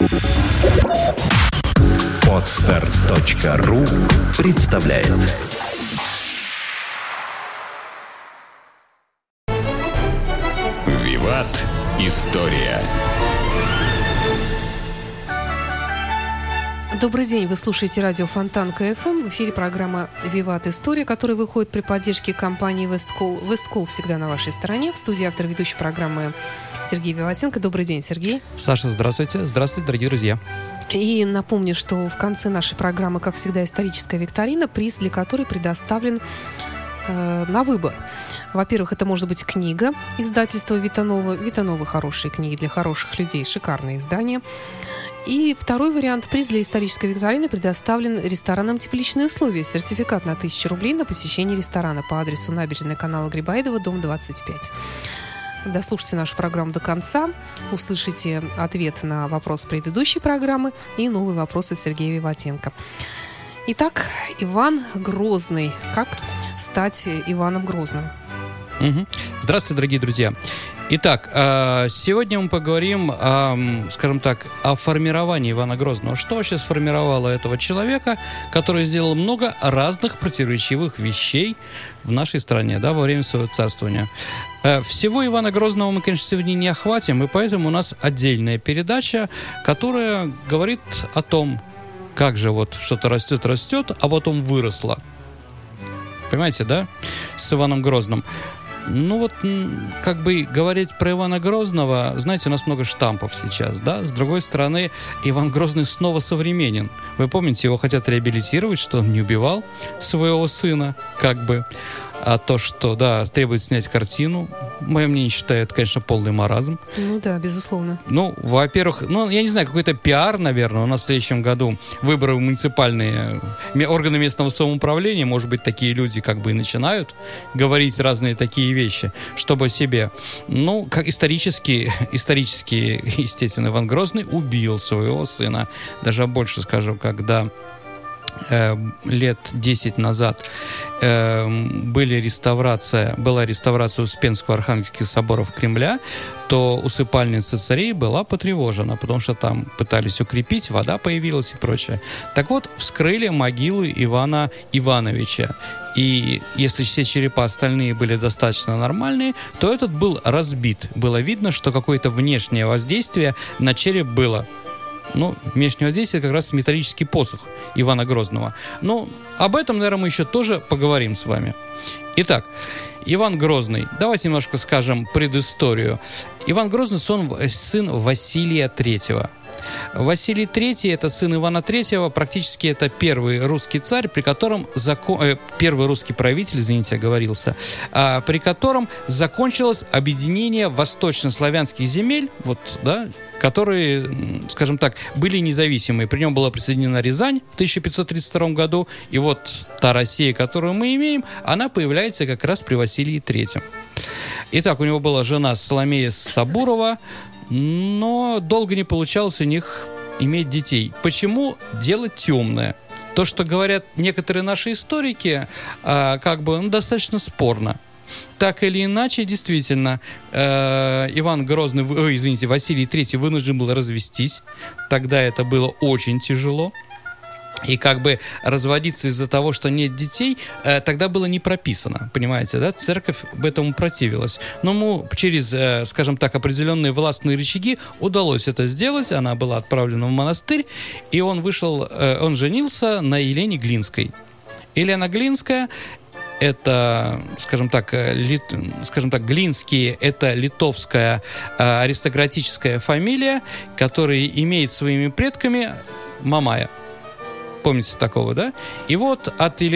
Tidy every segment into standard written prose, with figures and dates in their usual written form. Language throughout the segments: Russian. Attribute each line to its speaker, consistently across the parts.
Speaker 1: Podster.ru представляет. Виват. История.
Speaker 2: Добрый день, вы слушаете радио Фонтан КФМ. В эфире программа «Виват. История», которая выходит при поддержке компании «Весткол». «Весткол» всегда на вашей стороне. В студии автор ведущей программы Сергей Виватенко. Добрый день, Сергей.
Speaker 3: Саша, здравствуйте. Здравствуйте, дорогие друзья.
Speaker 2: И напомню, что в конце нашей программы, как всегда, историческая викторина, приз для которой предоставлен на выбор. Во-первых, это может быть книга издательства Витанова. Витанова хорошие книги для хороших людей, шикарные издания. И второй вариант. Приз для исторической викторины предоставлен рестораном «Тепличные условия». Сертификат на 1000 рублей на посещение ресторана по адресу набережная канала Грибоедова, дом 25. Дослушайте нашу программу до конца, услышите ответ на вопрос предыдущей программы и новый вопрос от Сергея Виватенко. Итак, Иван Грозный. Как стать Иваном Грозным?
Speaker 3: Здравствуйте, дорогие друзья. Итак, сегодня мы поговорим, скажем так, о формировании Ивана Грозного. Что вообще сформировало этого человека, который сделал много разных противоречивых вещей в нашей стране, да, во время своего царствования. Всего Ивана Грозного мы, конечно, сегодня не охватим, и поэтому у нас отдельная передача, которая говорит о том, как же вот что-то растет, а потом выросло. Понимаете, да? С Иваном Грозным. Ну вот, как бы говорить про Ивана Грозного, знаете, у нас много штампов сейчас, да? С другой стороны, Иван Грозный снова современен. Вы помните, его хотят реабилитировать, что он не убивал своего сына, как бы. А то, что, да, требует снять картину, мое мнение, считаю, это, конечно, полный маразм.
Speaker 2: Ну да, безусловно.
Speaker 3: Ну, во-первых, я не знаю, какой-то пиар, наверное, у нас в следующем году выборы в муниципальные органы местного самоуправления, может быть, такие люди как бы и начинают говорить разные такие вещи, чтобы себе, как исторически, естественно, Иван Грозный убил своего сына. Даже больше скажу, когда лет 10 назад была реставрация Успенского Архангельских соборов Кремля, то усыпальница царей была потревожена, потому что там пытались укрепить, вода появилась и прочее. Так вот, вскрыли могилу Ивана Ивановича. И если все черепа остальные были достаточно нормальные, то этот был разбит. Было видно, что какое-то внешнее воздействие на череп было. Внешнее воздействие как раз металлический посох Ивана Грозного. Об этом, наверное, мы еще тоже поговорим с вами. Итак, Иван Грозный. Давайте немножко скажем предысторию. Иван Грозный сын Василия III. Василий III – это сын Ивана III, практически это первый русский царь, первый русский правитель, при котором закончилось объединение восточнославянских земель, которые, скажем так, были независимые. При нем была присоединена Рязань в 1532 году, и вот та Россия, которую мы имеем, она появляется как раз при Василии III. Итак, у него была жена Соломея Сабурова, но долго не получалось у них иметь детей. Почему? Дело темное. То, что говорят некоторые наши историки, достаточно спорно. Так или иначе, действительно, Василий III вынужден был развестись. Тогда это было очень тяжело. И разводиться из-за того, что нет детей, тогда было не прописано, понимаете, да? Церковь об этому противилась. Но ему через, скажем так, определенные властные рычаги удалось это сделать. Она была отправлена в монастырь, и он женился на Елене Глинской. Елена Глинская — это, Глинские — это литовская аристократическая фамилия, которая имеет своими предками Мамая. Помните такого, да? И вот от Василия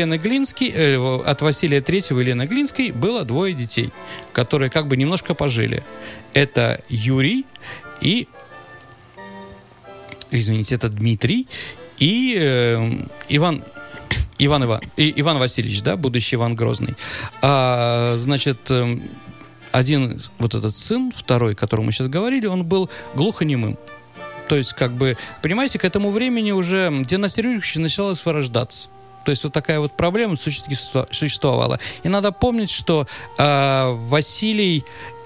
Speaker 3: III и Елены Глинской было 2 детей, которые немножко пожили. Это Юрий и... это Дмитрий и Иван Васильевич, да, будущий Иван Грозный. Один этот сын, второй, о котором мы сейчас говорили, он был глухонемым. То есть, понимаете, к этому времени уже династия Рюриковичей началась вырождаться. То есть вот такая вот проблема все-таки существовала. И надо помнить, что Василий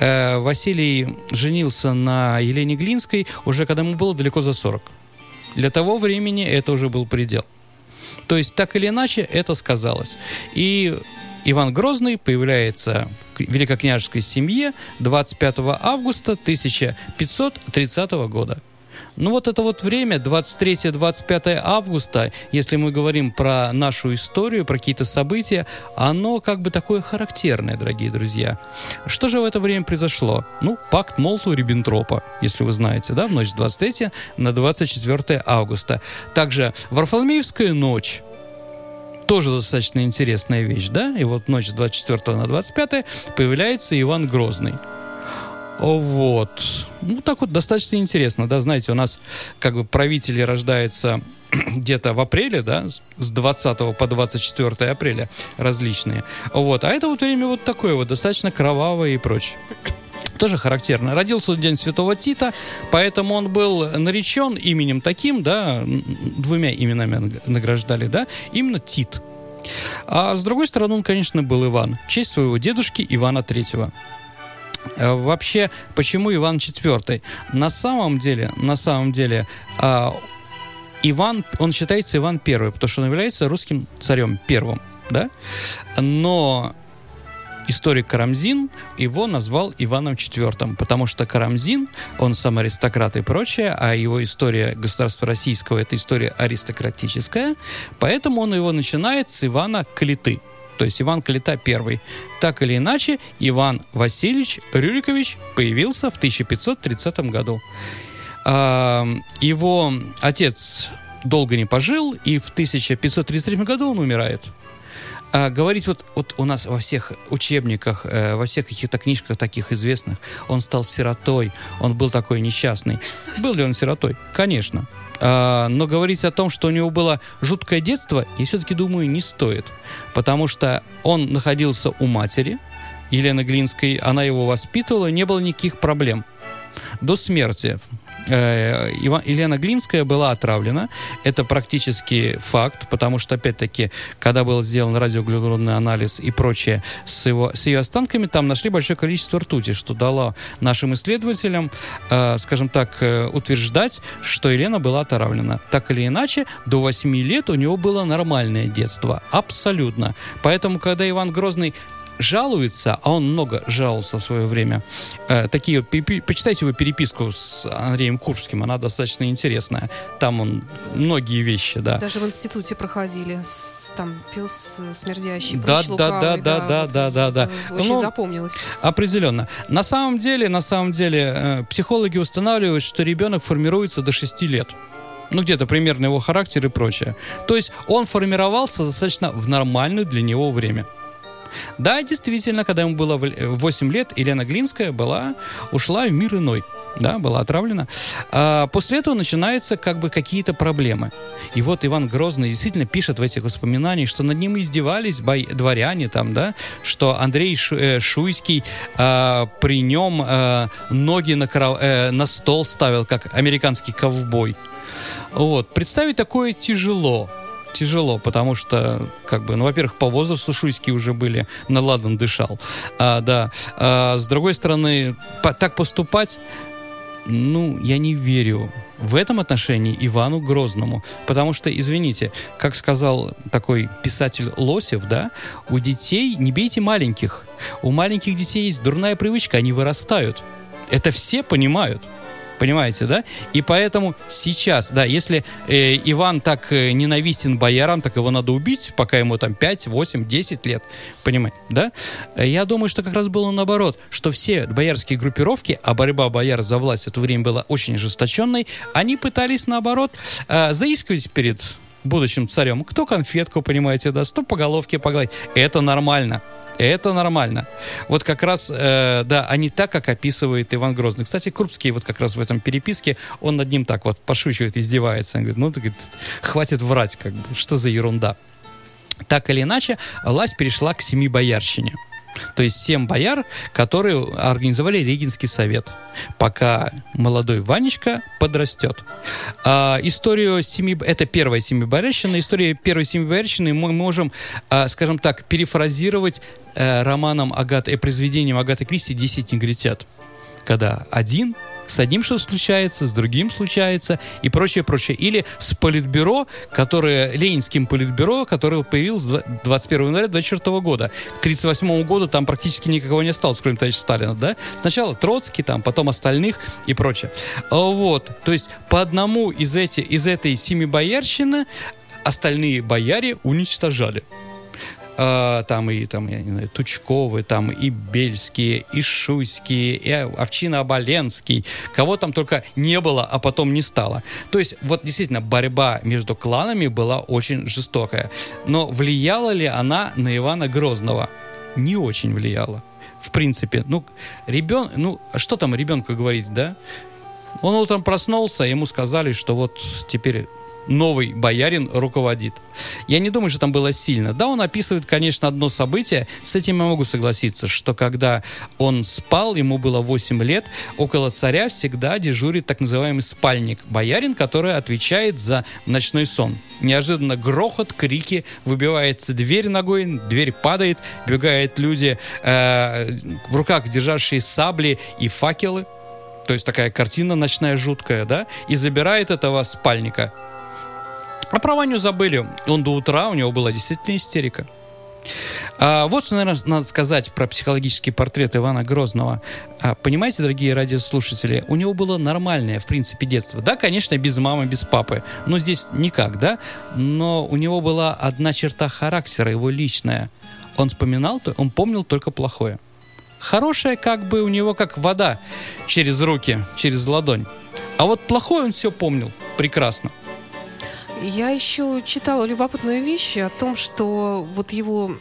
Speaker 3: женился на Елене Глинской уже когда ему было далеко за 40. Для того времени это уже был предел. То есть так или иначе это сказалось. И Иван Грозный появляется в великокняжеской семье 25 августа 1530 года. Ну вот это вот время, 23-25 августа, если мы говорим про нашу историю, про какие-то события, оно как бы такое характерное, дорогие друзья. Что же в это время произошло? Ну, пакт Молотова-Риббентропа, если вы знаете, да, в ночь с 23 на 24 августа. Также Варфоломеевская ночь. Тоже достаточно интересная вещь, да? И вот ночь с 24 на 25 появляется Иван Грозный. Вот. Ну, так вот, достаточно интересно, да, знаете, у нас как бы правители рождаются где-то в апреле, да, с 20 по 24 апреля различные. Вот. А это вот время вот такое вот, достаточно кровавое и прочее. Тоже характерно. Родился в день Святого Тита, поэтому он был наречен именем таким, да, двумя именами награждали, да, именно Тит. А с другой стороны, он, конечно, был Иван, в честь своего дедушки Ивана III. Вообще, почему Иван IV? На самом деле, Иван, он считается Иван I, потому что он является русским царем первым, да? Но историк Карамзин его назвал Иваном IV, потому что Карамзин, он сам аристократ и прочее, а его история государства российского — это история аристократическая, поэтому он его начинает с Ивана Калиты. То есть Иван Калита I. Так или иначе, Иван Васильевич Рюрикович появился в 1530 году. Его отец долго не пожил, и в 1533 году он умирает. Говорить вот у нас во всех учебниках, во всех каких-то книжках таких известных, он стал сиротой, он был такой несчастный. Был ли он сиротой? Конечно. Но говорить о том, что у него было жуткое детство, я все-таки думаю, не стоит. Потому что он находился у матери, Елены Глинской, она его воспитывала, не было никаких проблем. До смерти Елена Глинская была отравлена. Это практически факт, потому что, опять-таки, когда был сделан радиоуглеродный анализ и прочее с ее останками, там нашли большое количество ртути, что дало нашим исследователям, скажем так, утверждать, что Елена была отравлена. Так или иначе, до 8 лет у него было нормальное детство. Абсолютно. Поэтому, когда Иван Грозный жалуется, а он много жаловался в свое время. Почитайте его переписку с Андреем Курбским, она достаточно интересная. Там он многие вещи, да.
Speaker 2: Даже в институте проходили, там пес смердящий,
Speaker 3: да.
Speaker 2: Очень запомнилось.
Speaker 3: Определенно. На самом деле, психологи устанавливают, что ребенок формируется до 6 лет. Ну, где-то примерно его характер и прочее. То есть он формировался достаточно в нормальное для него время. Да, действительно, когда ему было 8 лет, Елена Глинская ушла в мир иной, да, была отравлена. После этого начинаются как бы какие-то проблемы. И вот Иван Грозный действительно пишет в этих воспоминаниях, что над ним издевались дворяне там, да, что Андрей Шуйский при нем ноги на стол ставил, как американский ковбой. Вот. Представить такое тяжело, потому что, как бы, во-первых, по возрасту Шуйские уже были, наладан дышал. С другой стороны, так поступать, я не верю в этом отношении Ивану Грозному. Потому что, извините, как сказал такой писатель Лосев, да, у детей не бейте маленьких. У маленьких детей есть дурная привычка, они вырастают. Это все понимают. Понимаете, да? И поэтому сейчас, да, если Иван так ненавистен боярам, так его надо убить, пока ему там 5, 8, 10 лет. Понимаете, да? Я думаю, что как раз было наоборот, что все боярские группировки, а борьба бояр за власть в это время была очень ожесточенной, они пытались, наоборот, заискивать перед будущим царем. Кто конфетку, понимаете, да, кто по головке погладить. Это нормально. Это нормально. Вот как раз, да, а не так, как описывает Иван Грозный. Кстати, Курбский вот как раз в этом переписке, он над ним так вот пошучивает, издевается. Он говорит, хватит врать, как бы, что за ерунда. Так или иначе, власть перешла к семибоярщине. То есть 7 бояр, которые организовали Регенский совет, пока молодой Ванечка подрастет. Историю это первая семибоярщина. Историю первой семибоярщины мы можем, скажем так, перефразировать произведением Агаты Кристи «10 негритят». Когда с одним что случается, с другим случается и прочее, прочее. Или с политбюро, Ленинским политбюро, которое появилось 21 января 1924 года. К 1938 году там практически никого не осталось, кроме товарища Сталина, да? Сначала Троцкий, потом остальных и прочее. Вот. То есть по одному из этой семибоярщины остальные бояре уничтожали. Я не знаю, Тучковы, и Бельские, и Шуйские, и Овчинно-Оболенский. Кого там только не было, а потом не стало. То есть, вот действительно, борьба между кланами была очень жестокая. Но влияла ли она на Ивана Грозного? Не очень влияла. В принципе, что там ребенку говорить, да? Он утром проснулся, ему сказали, что вот теперь новый боярин руководит. Я не думаю, что там было сильно. Да, он описывает, конечно, одно событие. С этим я могу согласиться, что когда он спал, ему было 8 лет, около царя всегда дежурит так называемый спальник, боярин, который отвечает за ночной сон. Неожиданно грохот, крики, выбивается дверь ногой, дверь падает, бегают люди, в руках держащие сабли и факелы. То есть такая картина ночная жуткая, да, и забирает этого спальника. А про Ваню забыли. Он до утра, у него была действительно истерика. Вот что, наверное, надо сказать про психологический портрет Ивана Грозного. Понимаете, дорогие радиослушатели, у него было нормальное, в принципе, детство. Да, конечно, без мамы, без папы. Но здесь никак, да? Но у него была одна черта характера, его личная. Он помнил только плохое. Хорошее у него как вода через руки, через ладонь. А вот плохое он все помнил прекрасно.
Speaker 2: Я еще читала любопытную вещь о том, что вот его,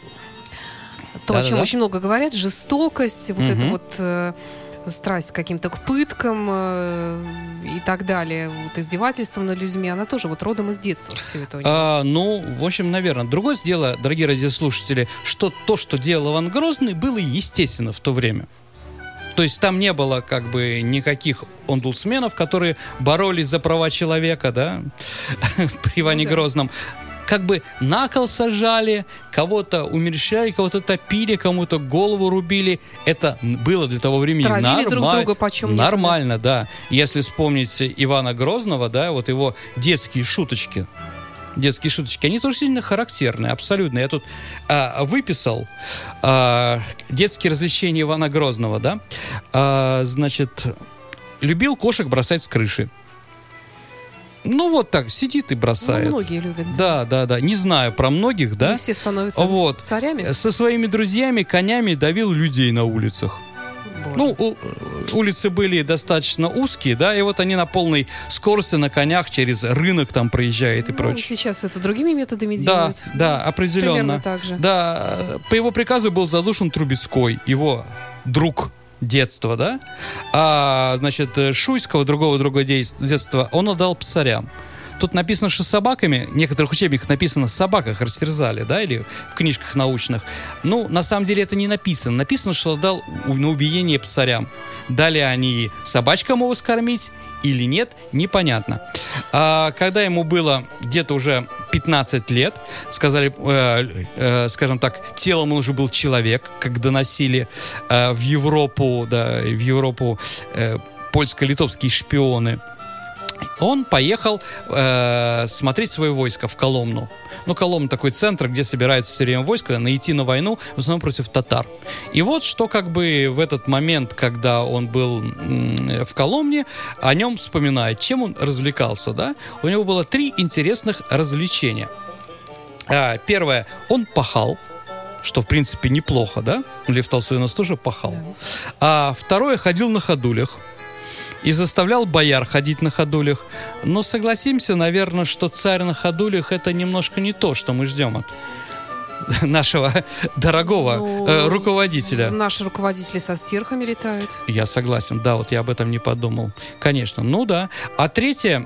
Speaker 2: о чем очень много говорят, жестокость, вот эта вот страсть к каким-то к пыткам и так далее, вот издевательством над людьми, она тоже вот родом из детства все это.
Speaker 3: В общем, наверное. Другое дело, дорогие радиослушатели, что то, что делал Иван Грозный, было естественно в то время. То есть там не было никаких омбудсменов, которые боролись за права человека, да, при Иване Грозном. На кол сажали, кого-то умерщвляли, кого-то топили, кому-то голову рубили. Это было для того времени нормально, да. Если вспомнить Ивана Грозного, да, вот его детские шуточки, они тоже сильно характерные, абсолютно. Я тут выписал детские развлечения Ивана Грозного, да. Любил кошек бросать с крыши. Вот так, сидит и бросает.
Speaker 2: Многие любят.
Speaker 3: Да. Не знаю про многих, да.
Speaker 2: Не все становятся царями.
Speaker 3: Со своими друзьями, конями давил людей на улицах. Улицы были достаточно узкие, да, и вот они на полной скорости на конях через рынок там проезжают и прочее.
Speaker 2: Сейчас это другими методами делают.
Speaker 3: Да, определенно.
Speaker 2: Примерно так же.
Speaker 3: Да, по его приказу был задушен Трубецкой, его друг детства, да. Шуйского, другого друга детства, он отдал псарям. Тут написано, что собаками, в некоторых учебниках написано, собаках растерзали, да, или в книжках научных. На самом деле это не написано. Написано, что отдал на убиение псарям. Дали они собачкам его скормить или нет, непонятно. Когда ему было где-то уже 15 лет, сказали, скажем так, телом он уже был человек, как доносили в Европу польско-литовские шпионы. Он поехал смотреть свое войско в Коломну. Коломна такой центр, где собирается все время войско, идти на войну, в основном против татар. И вот что в этот момент, когда он был в Коломне, о нем вспоминает, чем он развлекался, да? У него было 3 интересных развлечения. Первое, он пахал, что, в принципе, неплохо, да? Лев Толстой у нас тоже пахал. А второе, ходил на ходулях. И заставлял бояр ходить на ходулях. Но согласимся, наверное, что царь на ходулях — это немножко не то, что мы ждем от нашего дорогого руководителя.
Speaker 2: Наши руководители со стерхами летают.
Speaker 3: Я согласен, да, вот я об этом не подумал. Конечно, да. А третье,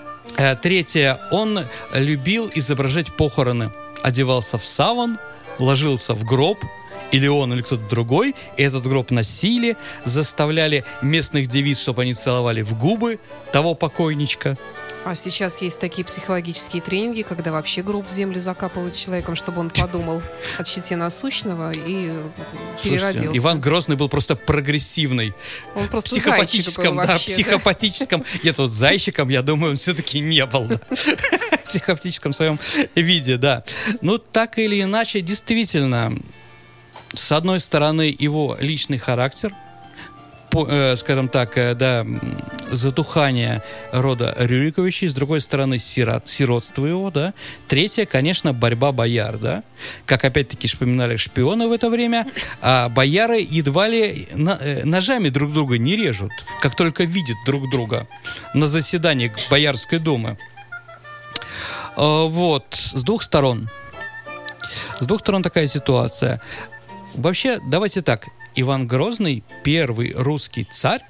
Speaker 3: он любил изображать похороны. Одевался в саван, ложился в гроб или он, или кто-то другой. И этот гроб носили, заставляли местных девиц, чтобы они целовали в губы того покойничка.
Speaker 2: А сейчас есть такие психологические тренинги, когда вообще гроб в землю закапывают с человеком, чтобы он подумал о щите насущного и переродился.
Speaker 3: Слушайте, Иван Грозный был просто прогрессивный.
Speaker 2: Он просто
Speaker 3: психопатическом,
Speaker 2: зайчик был вообще,
Speaker 3: психопатическом. Нет, вот зайчиком, я думаю, он все-таки не был. Да. В психопатическом своем виде, да. Ну, так или иначе, действительно, с одной стороны, его личный характер, скажем так, да, затухание рода Рюриковичей, с другой стороны, сиротство его, да. Третье, конечно, борьба бояр, да. Как опять-таки вспоминали шпионы в это время, а бояры едва ли ножами друг друга не режут, как только видят друг друга на заседании Боярской думы. Вот, с двух сторон. С двух сторон такая ситуация. Вообще, давайте так. Иван Грозный – первый русский царь,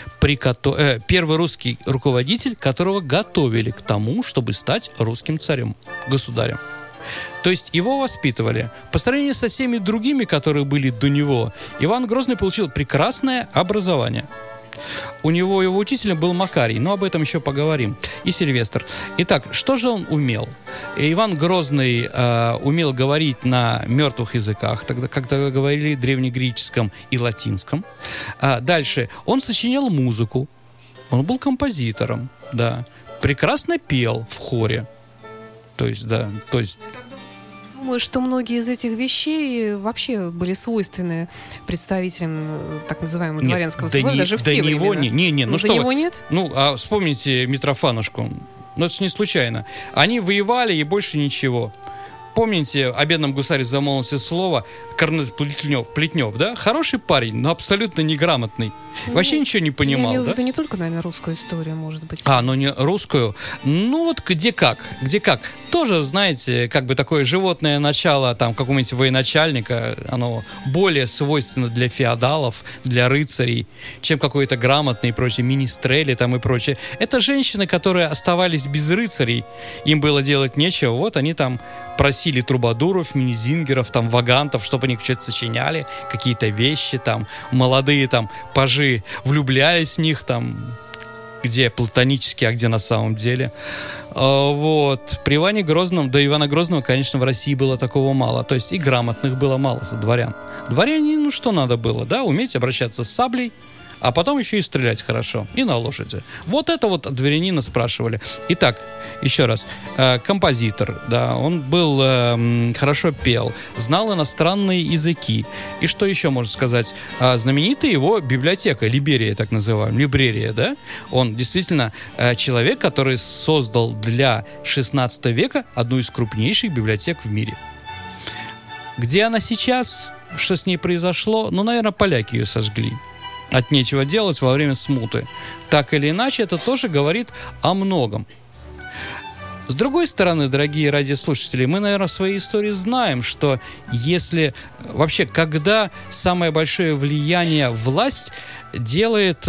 Speaker 3: первый русский руководитель, которого готовили к тому, чтобы стать русским царем, государем. То есть его воспитывали. По сравнению со всеми другими, которые были до него, Иван Грозный получил прекрасное образование. У него его учителем был Макарий, но об этом еще поговорим. И Сильвестр. Итак, что же он умел? Иван Грозный умел говорить на мертвых языках, тогда, когда говорили древнегреческом и латинском. Дальше. Он сочинял музыку. Он был композитором, да. Прекрасно пел в хоре. То есть, да, то есть...
Speaker 2: Думаю, что многие из этих вещей вообще были свойственны представителям так называемого дворянского сословия, даже в те времена.
Speaker 3: Ну,
Speaker 2: до него нет?
Speaker 3: Ну, а вспомните Митрофанушку. Ну, это ж не случайно. Они воевали и больше ничего. Помните о бедном гусаре замолвился слово Корнет Плетнев, да? Хороший парень, но абсолютно неграмотный. Вообще ничего не понимал,
Speaker 2: я имел в
Speaker 3: да?
Speaker 2: виду не только, наверное, русскую историю, может быть.
Speaker 3: Ну не русскую. Ну вот где как. Тоже, знаете, как бы такое животное начало там какого-нибудь военачальника, оно более свойственно для феодалов, для рыцарей, чем какой-то грамотный и прочее, министрели там и прочее. Это женщины, которые оставались без рыцарей. Им было делать нечего. Вот они там просили трубадуров, минизингеров, там, вагантов, чтобы они что-то сочиняли, какие-то вещи, там, молодые, там, пажи влюблялись в них, там, где платонически, а где на самом деле. Вот. При Иване Грозном, до Ивана Грозного, конечно, в России было такого мало. То есть и грамотных было мало, дворян. Дворяне, ну, что надо было, да, уметь обращаться с саблей, а потом еще и стрелять хорошо, и на лошади. Вот это вот от дворянина спрашивали. Итак, еще раз. Композитор, да, он был, хорошо пел, знал иностранные языки. И что еще можно сказать? Знаменитая его библиотека, Либерия, так называемая, Либрерия, да? Он действительно человек, который создал для 16 века одну из крупнейших библиотек в мире. Где она сейчас? Что с ней произошло? Ну, наверное, поляки ее сожгли. От нечего делать во время смуты. Так или иначе, это тоже говорит о многом. С другой стороны, дорогие радиослушатели, мы, наверное, в своей истории знаем, что если вообще, когда самое большое влияние власть делает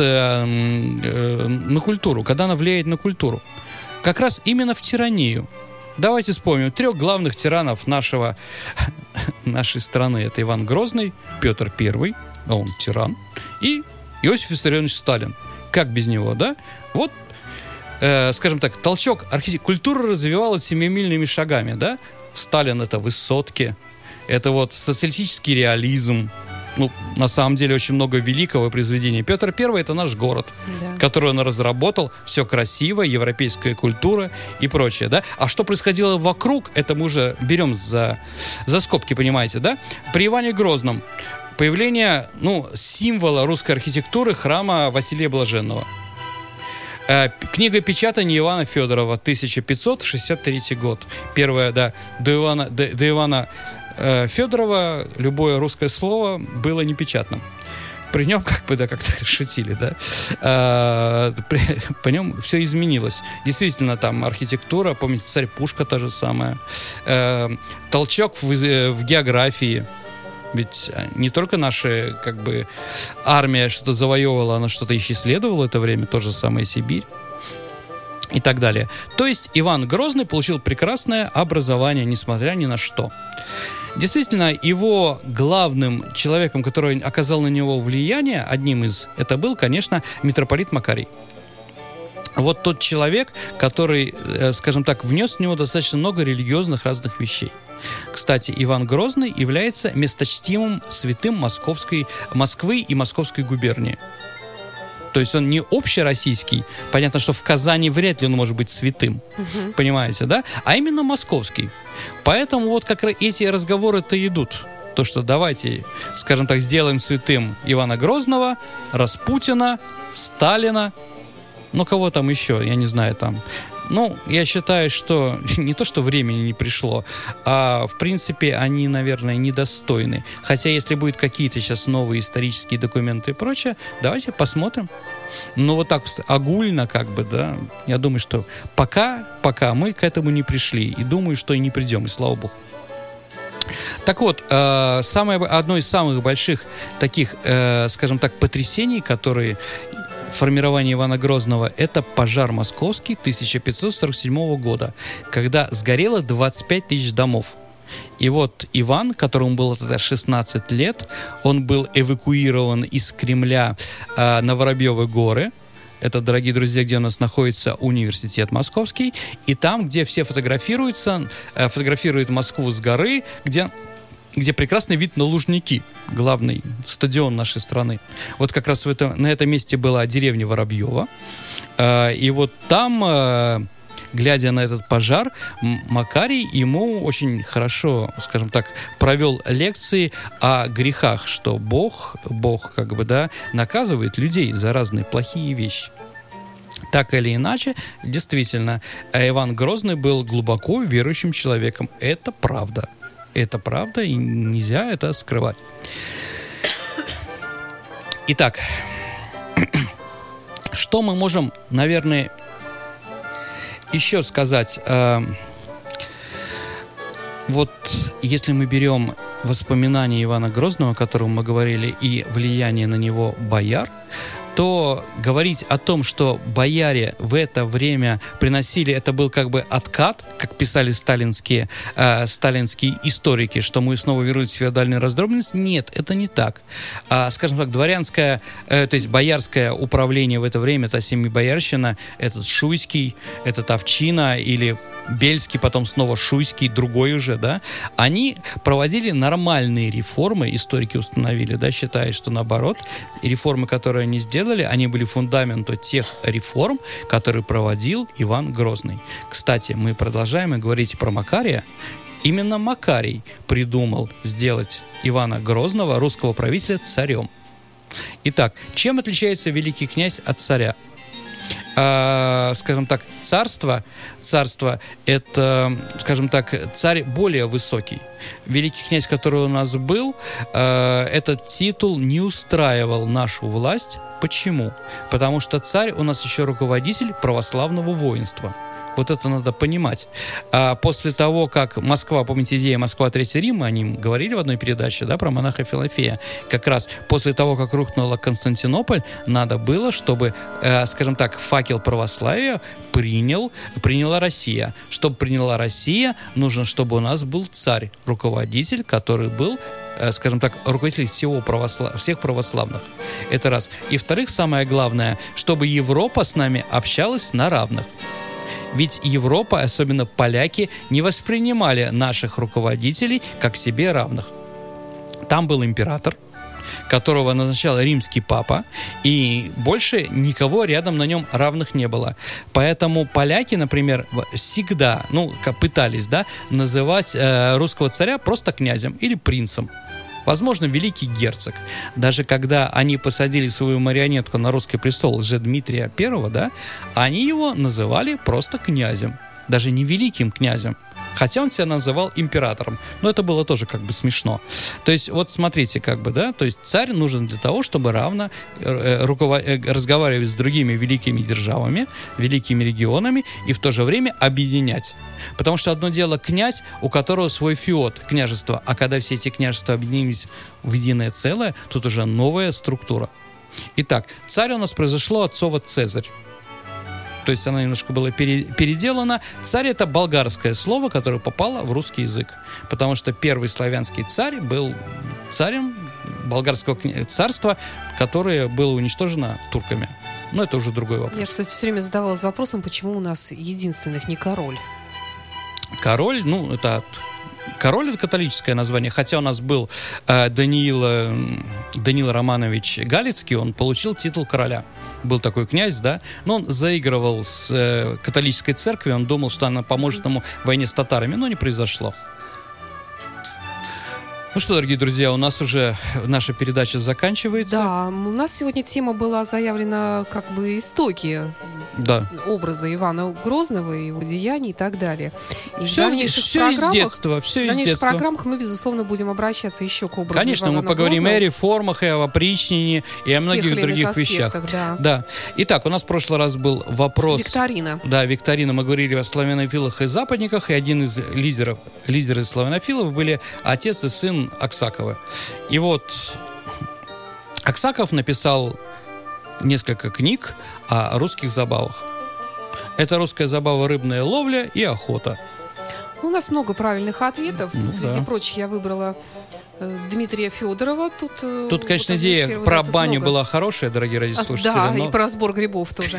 Speaker 3: на культуру, когда она влияет на культуру, как раз именно в тиранию. Давайте вспомним 3 главных тиранов нашей страны. Это Иван Грозный, Петр I, он тиран, и Иосиф Виссарионович Сталин. Как без него, да? Вот, скажем так, толчок культура развивалась семимильными шагами, да? Сталин — это высотки, это вот социалистический реализм. Ну, на самом деле, очень много великого произведения. Петр I — это наш город, да, который он разработал. Все красиво, европейская культура и прочее, да? А что происходило вокруг, это мы уже берем за скобки, понимаете, да? При Иване Грозном появление, символа русской архитектуры храма Василия Блаженного. Книга печатания Ивана Федорова, 1563 год. Первое, да, до Ивана Федорова любое русское слово было непечатным. При нем как-то шутили, да. По нем все изменилось. Действительно, там архитектура, помните, царь Пушка та же самая. Толчок в географии. Ведь не только наша, армия что-то завоевывала, она что-то еще исследовала в это время, то же самое Сибирь. и так далее. То есть Иван Грозный получил прекрасное образование, несмотря ни на что. Действительно, его главным человеком, который оказал на него влияние, одним из, это был, конечно, митрополит Макарий. Вот тот человек, который, скажем так, внес в него достаточно много религиозных разных вещей. Кстати, Иван Грозный является месточтимым святым Москвы и Московской губернии. То есть он не общероссийский. Понятно, что в Казани вряд ли он может быть святым. Понимаете, да? А именно московский. Поэтому вот как раз эти разговоры-то идут. То, что давайте, скажем так, сделаем святым Ивана Грозного, Распутина, Сталина, ну, кого там еще, я не знаю, там. Ну, я считаю, что не то, что времени не пришло, а, в принципе, они, наверное, недостойны. Хотя, если будут какие-то сейчас новые исторические документы и прочее, давайте посмотрим. Но вот так огульно, как бы, да, я думаю, что пока мы к этому не пришли. И думаю, что и не придем, и слава богу. Так вот, одно из самых больших таких, скажем так, потрясений, которые... формирование Ивана Грозного, это пожар московский 1547 года, когда сгорело 25 тысяч домов. И вот Иван, которому было тогда 16 лет, он был эвакуирован из Кремля на Воробьевы горы. Это, дорогие друзья, где у нас находится университет московский. И там, где все фотографируют Москву с горы, где прекрасный вид на Лужники, главный стадион нашей страны. Вот как раз на этом месте была деревня Воробьева. И вот там, глядя на этот пожар, Макарий ему очень хорошо, скажем так, провел лекции о грехах, что Бог как бы, да, наказывает людей за разные плохие вещи. Так или иначе, действительно, Иван Грозный был глубоко верующим человеком. Это правда. Это правда, и нельзя это скрывать. Итак, что мы можем, наверное, еще сказать? Вот если мы берем воспоминания Ивана Грозного, о котором мы говорили, и влияние на него бояр, то говорить о том, что бояре в это время приносили, это был как бы откат, как писали сталинские историки, что мы снова вернулись в феодальную раздробленность. Нет, это не так. Скажем так, дворянское, то есть боярское управление в это время, это семибоярщина, этот Шуйский, этот Овчина или Бельский, потом снова Шуйский, другой уже, да, они проводили нормальные реформы, историки установили, да, считая, что наоборот, реформы, которые они сделали, они были фундаментом тех реформ, которые проводил Иван Грозный. Кстати, мы продолжаем говорить про Макария. Именно Макарий придумал сделать Ивана Грозного, русского правителя, царем. Итак, чем отличается великий князь от царя? Скажем так, царство это, скажем так, царь более высокий. Великий князь, который у нас был, этот титул не устраивал нашу власть. Почему? Потому что царь у нас еще руководитель православного воинства. Вот это надо понимать. После того, как Москва, помните, идея Москва, Третий Рим, мы о нем говорили в одной передаче, да, про монаха Филофея. Как раз после того, как рухнула Константинополь, надо было, чтобы, скажем так, факел православия приняла Россия. Чтобы приняла Россия, нужно, чтобы у нас был царь, руководитель, который был, скажем так, руководитель всех православных. Это раз. И во-вторых, самое главное, чтобы Европа с нами общалась на равных. Ведь Европа, особенно поляки, не воспринимали наших руководителей как себе равных. Там был император, которого назначал римский папа, и больше никого рядом на нем равных не было. Поэтому поляки, например, всегда, пытались, да, называть русского царя просто князем или принцем. Возможно, великий герцог. Даже когда они посадили свою марионетку на русский престол Дмитрия I, да, они его называли просто князем. Даже не великим князем. Хотя он себя называл императором. Но это было тоже как бы смешно. То есть, вот смотрите, как бы, да, то есть царь нужен для того, чтобы равно разговаривать с другими великими державами, великими регионами и в то же время объединять. Потому что одно дело князь, у которого свой феод, княжество, а когда все эти княжества объединились в единое целое, тут уже новая структура. Итак, царь у нас произошло от слова Цезарь. То есть она немножко была переделана. Царь — это болгарское слово, которое попало в русский язык. Потому что первый славянский царь был царем болгарского царства, которое было уничтожено турками. Но это уже другой вопрос.
Speaker 2: Я, кстати, все время задавалась вопросом, почему у нас единственных не король.
Speaker 3: Король, король — это католическое название, хотя у нас был Даниил Романович Галицкий, он получил титул короля. Был такой князь, да, но он заигрывал с католической церковью, он думал, что она поможет ему в войне с татарами, но не произошло. Ну что, дорогие друзья, у нас уже наша передача заканчивается.
Speaker 2: Да, у нас сегодня тема была заявлена как бы истоки образа Ивана Грозного, его деяний и так далее. И
Speaker 3: все из детства. В
Speaker 2: дальнейших программах мы, безусловно, будем обращаться еще к образу
Speaker 3: Конечно,
Speaker 2: Ивана
Speaker 3: мы поговорим
Speaker 2: Грозного.
Speaker 3: и о реформах, и о опричнине, и о многих других вещах. Да. Итак, у нас в прошлый раз был вопрос...
Speaker 2: Викторина.
Speaker 3: Да, викторина. Мы говорили о славянофилах и западниках, и один из лидеров славянофилов были отец и сын Аксаковы. И вот Аксаков написал несколько книг о русских забавах. Это русская забава рыбная ловля и охота.
Speaker 2: У нас много правильных ответов. Среди прочих я выбрала Дмитрия Федорова. Тут,
Speaker 3: конечно, идея про баню была хорошая, дорогие радиослушатели.
Speaker 2: Да, и про сбор грибов тоже.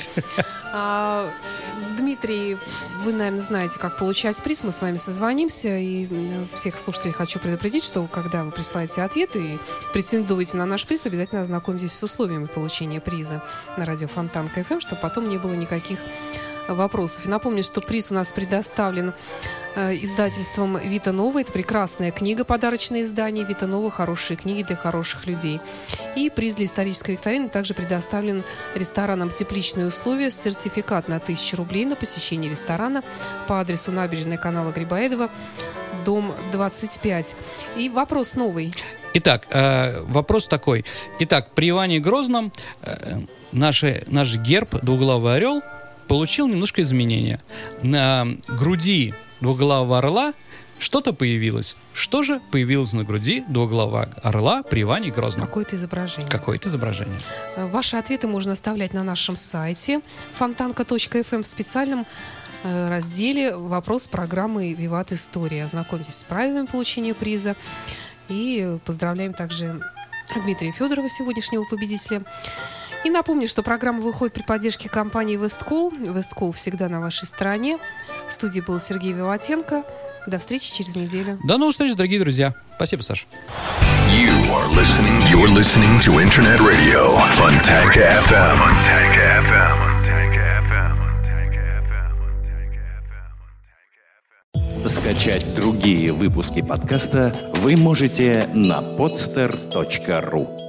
Speaker 2: Дмитрий, вы, наверное, знаете, как получать приз. Мы с вами созвонимся. И всех слушателей хочу предупредить, что когда вы присылаете ответы и претендуете на наш приз, обязательно ознакомьтесь с условиями получения приза на радио Фонтан КФМ, чтобы потом не было никаких вопросов. И напомню, что приз у нас предоставлен издательством «Вита Нова». Это прекрасная книга, подарочное издание «Вита Нова». Хорошие книги для хороших людей. И приз для исторической викторины также предоставлен рестораном «Тепличные условия». Сертификат на 1000 рублей на посещение ресторана по адресу набережная канала Грибоедова, дом 25. И вопрос новый.
Speaker 3: Итак, вопрос такой. Итак, при Иване Грозном наш герб, двуглавый орел, получил немножко изменения. На груди двуглавого орла что-то появилось. Что же появилось на груди двуглавого орла при Иване Грозном?
Speaker 2: Какое-то изображение. Ваши ответы можно оставлять на нашем сайте fontanka.fm в специальном разделе «Вопрос программы «Виват История». Ознакомьтесь с правилами получения приза. И поздравляем также Дмитрия Федорова, сегодняшнего победителя. И напомню, что программа выходит при поддержке компании «Весткол». «Весткол» всегда на вашей стороне. В студии был Сергей Виватенко. До встречи через неделю.
Speaker 3: До новых встреч, дорогие друзья. Спасибо, Саша.
Speaker 1: You're listening to Internet Radio Fontanka FM. Скачать другие выпуски подкаста вы можете на podster.ru.